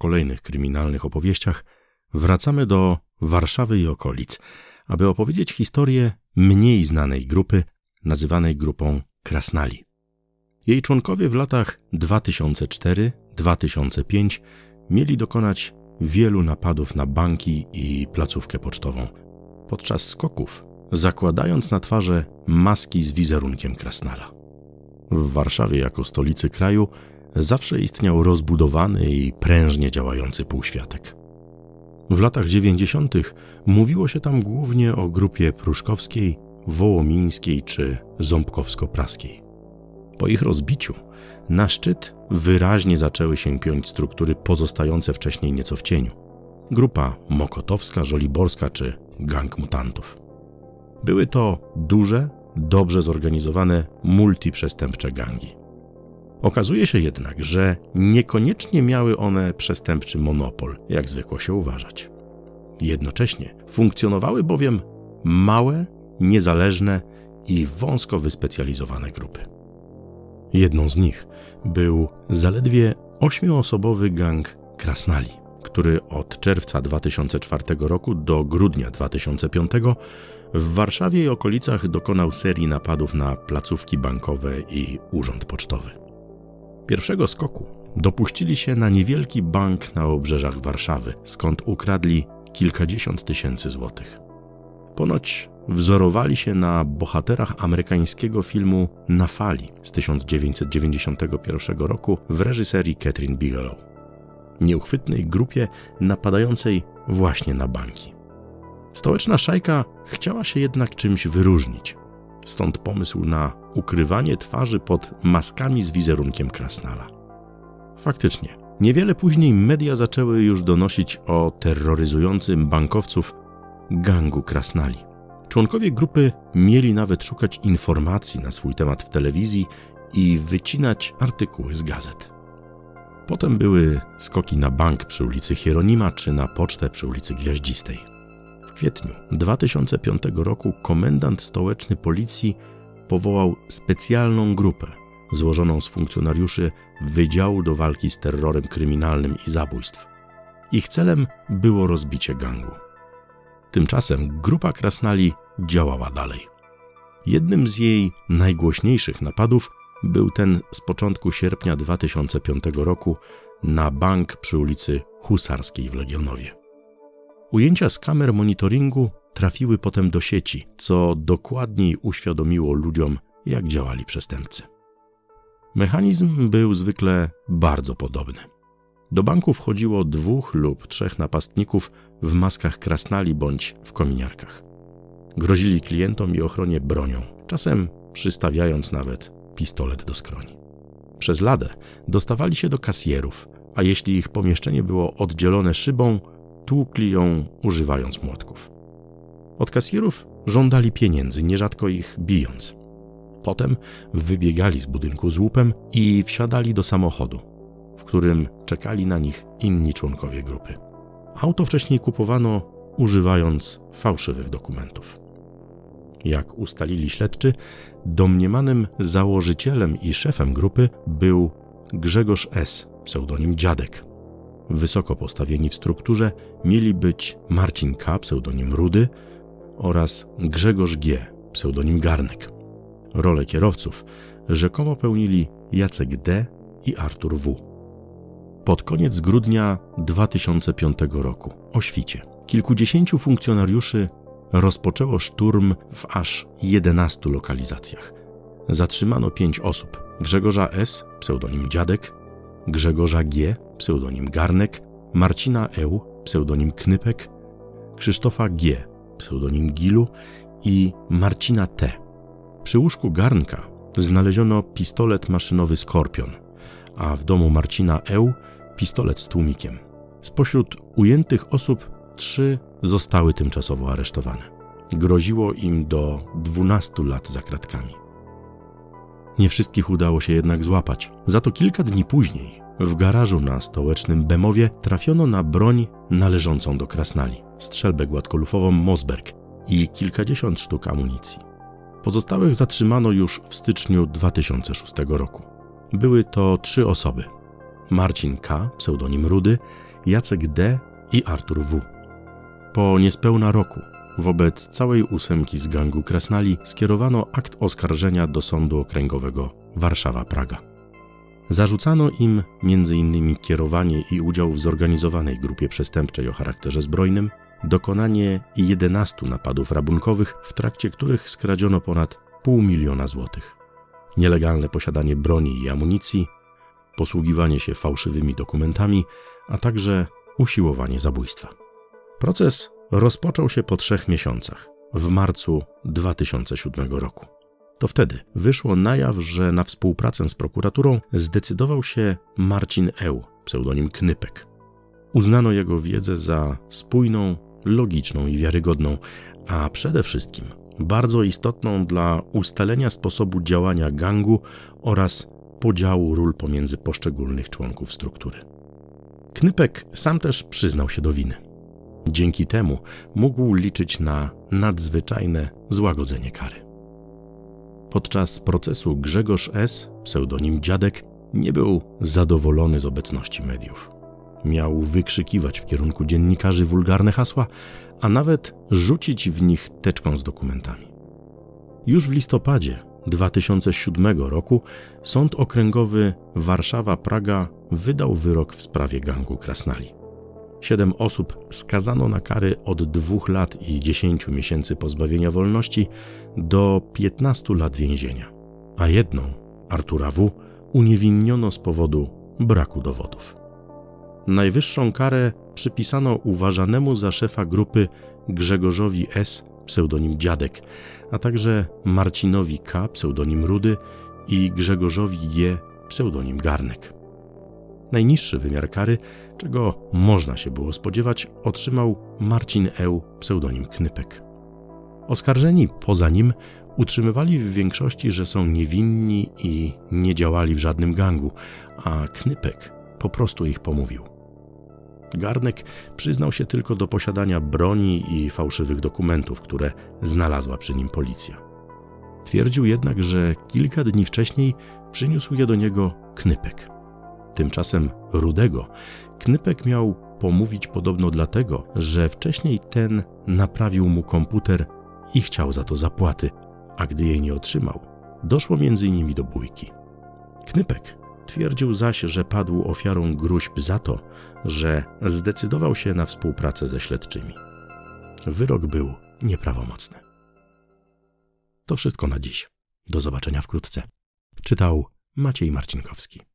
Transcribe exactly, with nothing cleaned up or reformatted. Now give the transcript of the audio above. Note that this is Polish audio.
kolejnych kryminalnych opowieściach wracamy do Warszawy i okolic, aby opowiedzieć historię mniej znanej grupy, nazywanej grupą Krasnali. Jej członkowie w latach dwa tysiące czwarty do dwa tysiące piątego mieli dokonać wielu napadów na banki i placówkę pocztową. Podczas skoków zakładając na twarze maski z wizerunkiem Krasnala. W Warszawie jako stolicy kraju zawsze istniał rozbudowany i prężnie działający półświatek. W latach dziewięćdziesiątych mówiło się tam głównie o grupie pruszkowskiej, wołomińskiej czy ząbkowsko-praskiej. Po ich rozbiciu na szczyt wyraźnie zaczęły się piąć struktury pozostające wcześniej nieco w cieniu. Grupa mokotowska, żoliborska czy gang mutantów. Były to duże, dobrze zorganizowane, multiprzestępcze gangi. Okazuje się jednak, że niekoniecznie miały one przestępczy monopol, jak zwykło się uważać. Jednocześnie funkcjonowały bowiem małe, niezależne i wąsko wyspecjalizowane grupy. Jedną z nich był zaledwie ośmioosobowy gang Krasnali, który od czerwca dwa tysiące czwartego roku do grudnia dwa tysiące piątego w Warszawie i okolicach dokonał serii napadów na placówki bankowe i urząd pocztowy. Pierwszego skoku dopuścili się na niewielki bank na obrzeżach Warszawy, skąd ukradli kilkadziesiąt tysięcy złotych. Ponoć wzorowali się na bohaterach amerykańskiego filmu Na fali z tysiąc dziewięćset dziewięćdziesiątego pierwszego roku w reżyserii Kathryn Bigelow. Nieuchwytnej grupie napadającej właśnie na banki. Stołeczna szajka chciała się jednak czymś wyróżnić. Stąd pomysł na ukrywanie twarzy pod maskami z wizerunkiem Krasnala. Faktycznie, niewiele później media zaczęły już donosić o terroryzującym bankowców gangu Krasnali. Członkowie grupy mieli nawet szukać informacji na swój temat w telewizji i wycinać artykuły z gazet. Potem były skoki na bank przy ulicy Hieronima czy na pocztę przy ulicy Gwiaździstej. W kwietniu dwa tysiące piątego roku komendant stołeczny policji powołał specjalną grupę złożoną z funkcjonariuszy Wydziału do Walki z Terrorem Kryminalnym i Zabójstw. Ich celem było rozbicie gangu. Tymczasem grupa Krasnali działała dalej. Jednym z jej najgłośniejszych napadów był ten z początku sierpnia dwa tysiące piątego roku na bank przy ulicy Husarskiej w Legionowie. Ujęcia z kamer monitoringu trafiły potem do sieci, co dokładniej uświadomiło ludziom, jak działali przestępcy. Mechanizm był zwykle bardzo podobny. Do banku wchodziło dwóch lub trzech napastników w maskach Krasnali bądź w kominiarkach. Grozili klientom i ochronie bronią, czasem przystawiając nawet pistolet do skroni. Przez ladę dostawali się do kasjerów, a jeśli ich pomieszczenie było oddzielone szybą, tłukli ją używając młotków. Od kasjerów żądali pieniędzy, nierzadko ich bijąc. Potem wybiegali z budynku z łupem i wsiadali do samochodu, w którym czekali na nich inni członkowie grupy. Auto wcześniej kupowano używając fałszywych dokumentów. Jak ustalili śledczy, domniemanym założycielem i szefem grupy był Grzegorz S., pseudonim Dziadek. Wysoko postawieni w strukturze mieli być Marcin K., pseudonim Rudy, oraz Grzegorz G., pseudonim Garnek. Rolę kierowców rzekomo pełnili Jacek D. i Artur W. Pod koniec grudnia dwa tysiące piątego roku, o świcie, kilkudziesięciu funkcjonariuszy rozpoczęło szturm w aż jedenastu lokalizacjach. Zatrzymano pięć osób: Grzegorza S., pseudonim Dziadek, Grzegorza G., pseudonim Garnek, Marcina E., pseudonim Knypek, Krzysztofa G., pseudonim Gilu i Marcina T. Przy łóżku Garnka znaleziono pistolet maszynowy Skorpion, a w domu Marcina E. pistolet z tłumikiem. Spośród ujętych osób trzy zostały tymczasowo aresztowane. Groziło im do dwunastu lat za kratkami. Nie wszystkich udało się jednak złapać. Za to kilka dni później w garażu na stołecznym Bemowie trafiono na broń należącą do Krasnali, strzelbę gładkolufową Mossberg i kilkadziesiąt sztuk amunicji. Pozostałych zatrzymano już w styczniu dwa tysiące szóstego roku. Były to trzy osoby: Marcin K., pseudonim Rudy, Jacek D. i Artur W. Po niespełna roku wobec całej ósemki z gangu Krasnali skierowano akt oskarżenia do Sądu Okręgowego Warszawa-Praga. Zarzucano im między innymi kierowanie i udział w zorganizowanej grupie przestępczej o charakterze zbrojnym, dokonanie jedenastu napadów rabunkowych, w trakcie których skradziono ponad pół miliona złotych, nielegalne posiadanie broni i amunicji, posługiwanie się fałszywymi dokumentami, a także usiłowanie zabójstwa. Proces rozpoczął się po trzech miesiącach, w marcu dwa tysiące siódmego roku. To wtedy wyszło na jaw, że na współpracę z prokuraturą zdecydował się Marcin Eł, pseudonim Knypek. Uznano jego wiedzę za spójną, logiczną i wiarygodną, a przede wszystkim bardzo istotną dla ustalenia sposobu działania gangu oraz podziału ról pomiędzy poszczególnych członków struktury. Knypek sam też przyznał się do winy. Dzięki temu mógł liczyć na nadzwyczajne złagodzenie kary. Podczas procesu Grzegorz S., pseudonim Dziadek, nie był zadowolony z obecności mediów. Miał wykrzykiwać w kierunku dziennikarzy wulgarne hasła, a nawet rzucić w nich teczką z dokumentami. Już w listopadzie dwa tysiące siódmego roku Sąd Okręgowy Warszawa-Praga wydał wyrok w sprawie gangu Krasnali. Siedem osób skazano na kary od dwóch lat i dziesięciu miesięcy pozbawienia wolności do piętnastu lat więzienia, a jedną, Artura W., uniewinniono z powodu braku dowodów. Najwyższą karę przypisano uważanemu za szefa grupy Grzegorzowi S., pseudonim Dziadek, a także Marcinowi K., pseudonim Rudy i Grzegorzowi J., pseudonim Garnek. Najniższy wymiar kary, czego można się było spodziewać, otrzymał Marcin Eł, pseudonim Knypek. Oskarżeni poza nim utrzymywali w większości, że są niewinni i nie działali w żadnym gangu, a Knypek po prostu ich pomówił. Garnek przyznał się tylko do posiadania broni i fałszywych dokumentów, które znalazła przy nim policja. Twierdził jednak, że kilka dni wcześniej przyniósł je do niego Knypek. Tymczasem Rudego Knypek miał pomówić podobno dlatego, że wcześniej ten naprawił mu komputer i chciał za to zapłaty, a gdy jej nie otrzymał, doszło między nimi do bójki. Knypek twierdził zaś, że padł ofiarą gróźb za to, że zdecydował się na współpracę ze śledczymi. Wyrok był nieprawomocny. To wszystko na dziś. Do zobaczenia wkrótce. Czytał Maciej Marcinkowski.